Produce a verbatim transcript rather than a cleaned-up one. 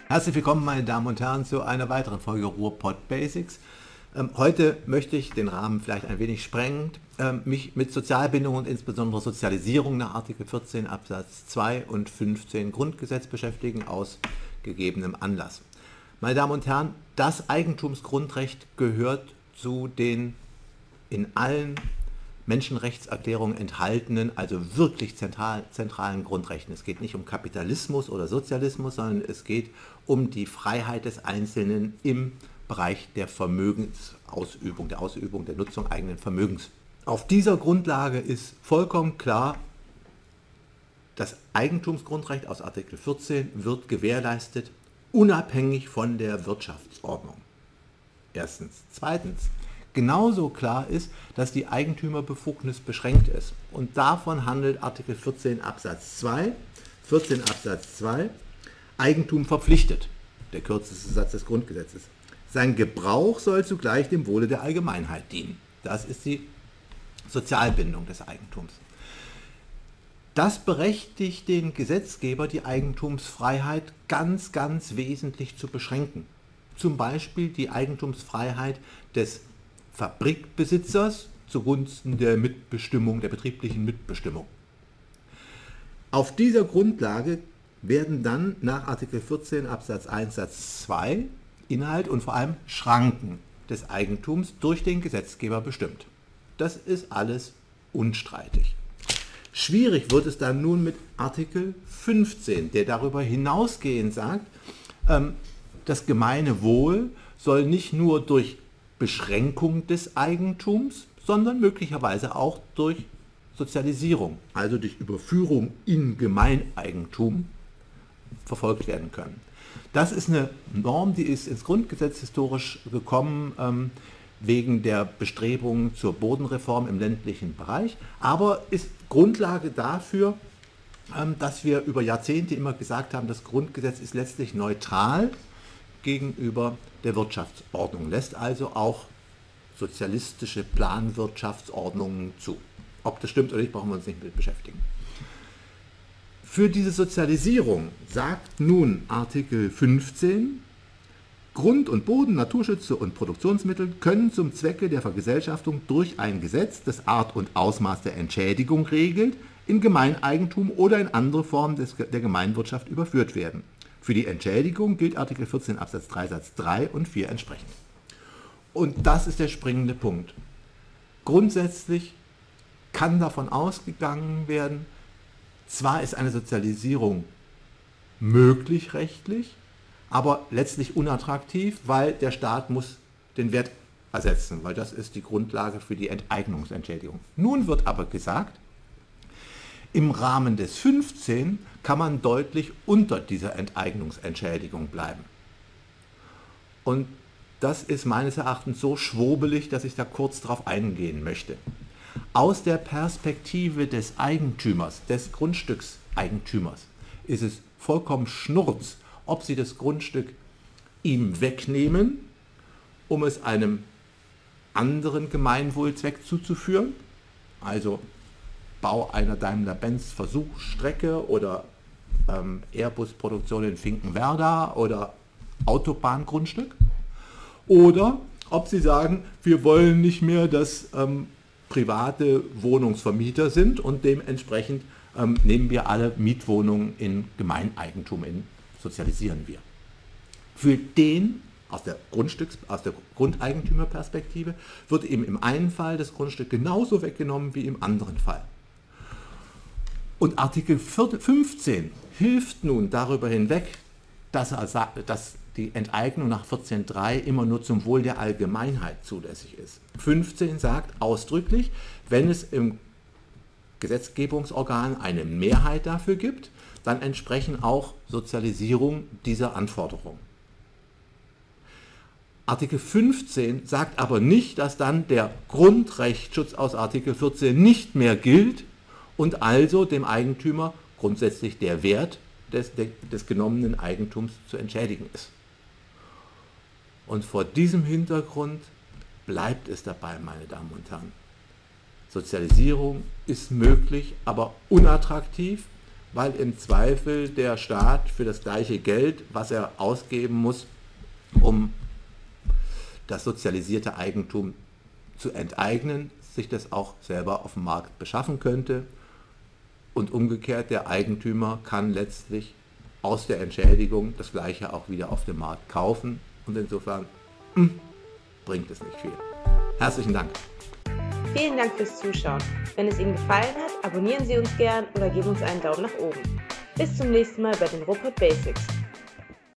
Herzlich willkommen, meine Damen und Herren, zu einer weiteren Folge Ruhrpott Basics. Ähm, heute möchte ich den Rahmen vielleicht ein wenig sprengen, ähm, mich mit Sozialbindung und insbesondere Sozialisierung nach Artikel vierzehn Absatz zwei und fünfzehn Grundgesetz beschäftigen, aus gegebenem Anlass. Meine Damen und Herren, das Eigentumsgrundrecht gehört zu den in allen Menschenrechtserklärungen enthaltenen, also wirklich zentral, zentralen Grundrechten. Es geht nicht um Kapitalismus oder Sozialismus, sondern es geht um die Freiheit des Einzelnen im Bereich der Vermögensausübung, der Ausübung der Nutzung eigenen Vermögens. Auf dieser Grundlage ist vollkommen klar, das Eigentumsgrundrecht aus Artikel vierzehn wird gewährleistet, unabhängig von der Wirtschaftsordnung. Erstens. Zweitens. Genauso klar ist, dass die Eigentümerbefugnis beschränkt ist. Und davon handelt Artikel vierzehn Absatz zwei. vierzehn Absatz zwei. Eigentum verpflichtet, der kürzeste Satz des Grundgesetzes. Sein Gebrauch soll zugleich dem Wohle der Allgemeinheit dienen. Das ist die Sozialbindung des Eigentums. Das berechtigt den Gesetzgeber, die Eigentumsfreiheit ganz, ganz wesentlich zu beschränken. Zum Beispiel die Eigentumsfreiheit des Fabrikbesitzers zugunsten der Mitbestimmung, der betrieblichen Mitbestimmung. Auf dieser Grundlage werden dann nach Artikel vierzehn Absatz eins Satz zwei Inhalt und vor allem Schranken des Eigentums durch den Gesetzgeber bestimmt. Das ist alles unstreitig. Schwierig wird es dann nun mit Artikel fünfzehn, der darüber hinausgehend sagt, ähm, das gemeine Wohl soll nicht nur durch Beschränkung des Eigentums, sondern möglicherweise auch durch Sozialisierung, also durch Überführung in Gemeineigentum, verfolgt werden können. Das ist eine Norm, die ist ins Grundgesetz historisch gekommen ähm, wegen der Bestrebungen zur Bodenreform im ländlichen Bereich, aber ist Grundlage dafür, ähm, dass wir über Jahrzehnte immer gesagt haben, das Grundgesetz ist letztlich neutral gegenüber der Wirtschaftsordnung, lässt also auch sozialistische Planwirtschaftsordnungen zu. Ob das stimmt oder nicht, brauchen wir uns nicht mit beschäftigen. Für diese Sozialisierung sagt nun Artikel fünfzehn, Grund- und Boden, Naturschütze und Produktionsmittel können zum Zwecke der Vergesellschaftung durch ein Gesetz, das Art und Ausmaß der Entschädigung regelt, in Gemeineigentum oder in andere Formen des, der Gemeinwirtschaft überführt werden. Für die Entschädigung gilt Artikel vierzehn Absatz drei Satz drei und vier entsprechend. Und das ist der springende Punkt. Grundsätzlich kann davon ausgegangen werden, zwar ist eine Sozialisierung möglich rechtlich, aber letztlich unattraktiv, weil der Staat muss den Wert ersetzen, weil das ist die Grundlage für die Enteignungsentschädigung. Nun wird aber gesagt, im Rahmen des fünfzehn kann man deutlich unter dieser Enteignungsentschädigung bleiben. Und das ist meines Erachtens so schwurbelig, dass ich da kurz darauf eingehen möchte. Aus der Perspektive des Eigentümers, des Grundstückseigentümers, ist es vollkommen Schnurz, ob Sie das Grundstück ihm wegnehmen, um es einem anderen Gemeinwohlzweck zuzuführen, also Bau einer Daimler-Benz-Versuchsstrecke oder ähm, Airbus-Produktion in Finkenwerder oder Autobahngrundstück. Oder ob Sie sagen, wir wollen nicht mehr, dass ähm, private Wohnungsvermieter sind und dementsprechend ähm, nehmen wir alle Mietwohnungen in Gemeineigentum, in, sozialisieren wir. Für den aus der, Grundstücks-, aus der Grundeigentümerperspektive wird eben im einen Fall das Grundstück genauso weggenommen wie im anderen Fall. Und Artikel fünfzehn hilft nun darüber hinweg, dass, er sagt, dass die Enteignung nach vierzehn Absatz drei immer nur zum Wohl der Allgemeinheit zulässig ist. fünfzehn sagt ausdrücklich, wenn es im Gesetzgebungsorgan eine Mehrheit dafür gibt, dann entsprechen auch Sozialisierung dieser Anforderung. Artikel fünfzehn sagt aber nicht, dass dann der Grundrechtsschutz aus Artikel vierzehn nicht mehr gilt und also dem Eigentümer grundsätzlich der Wert des, des genommenen Eigentums zu entschädigen ist. Und vor diesem Hintergrund bleibt es dabei, meine Damen und Herren. Sozialisierung ist möglich, aber unattraktiv, weil im Zweifel der Staat für das gleiche Geld, was er ausgeben muss, um das sozialisierte Eigentum zu enteignen, sich das auch selber auf dem Markt beschaffen könnte. Und umgekehrt, der Eigentümer kann letztlich aus der Entschädigung das Gleiche auch wieder auf dem Markt kaufen. Und insofern mh, bringt es nicht viel. Herzlichen Dank. Vielen Dank fürs Zuschauen. Wenn es Ihnen gefallen hat, abonnieren Sie uns gern oder geben uns einen Daumen nach oben. Bis zum nächsten Mal bei den Ruhrpott Basics.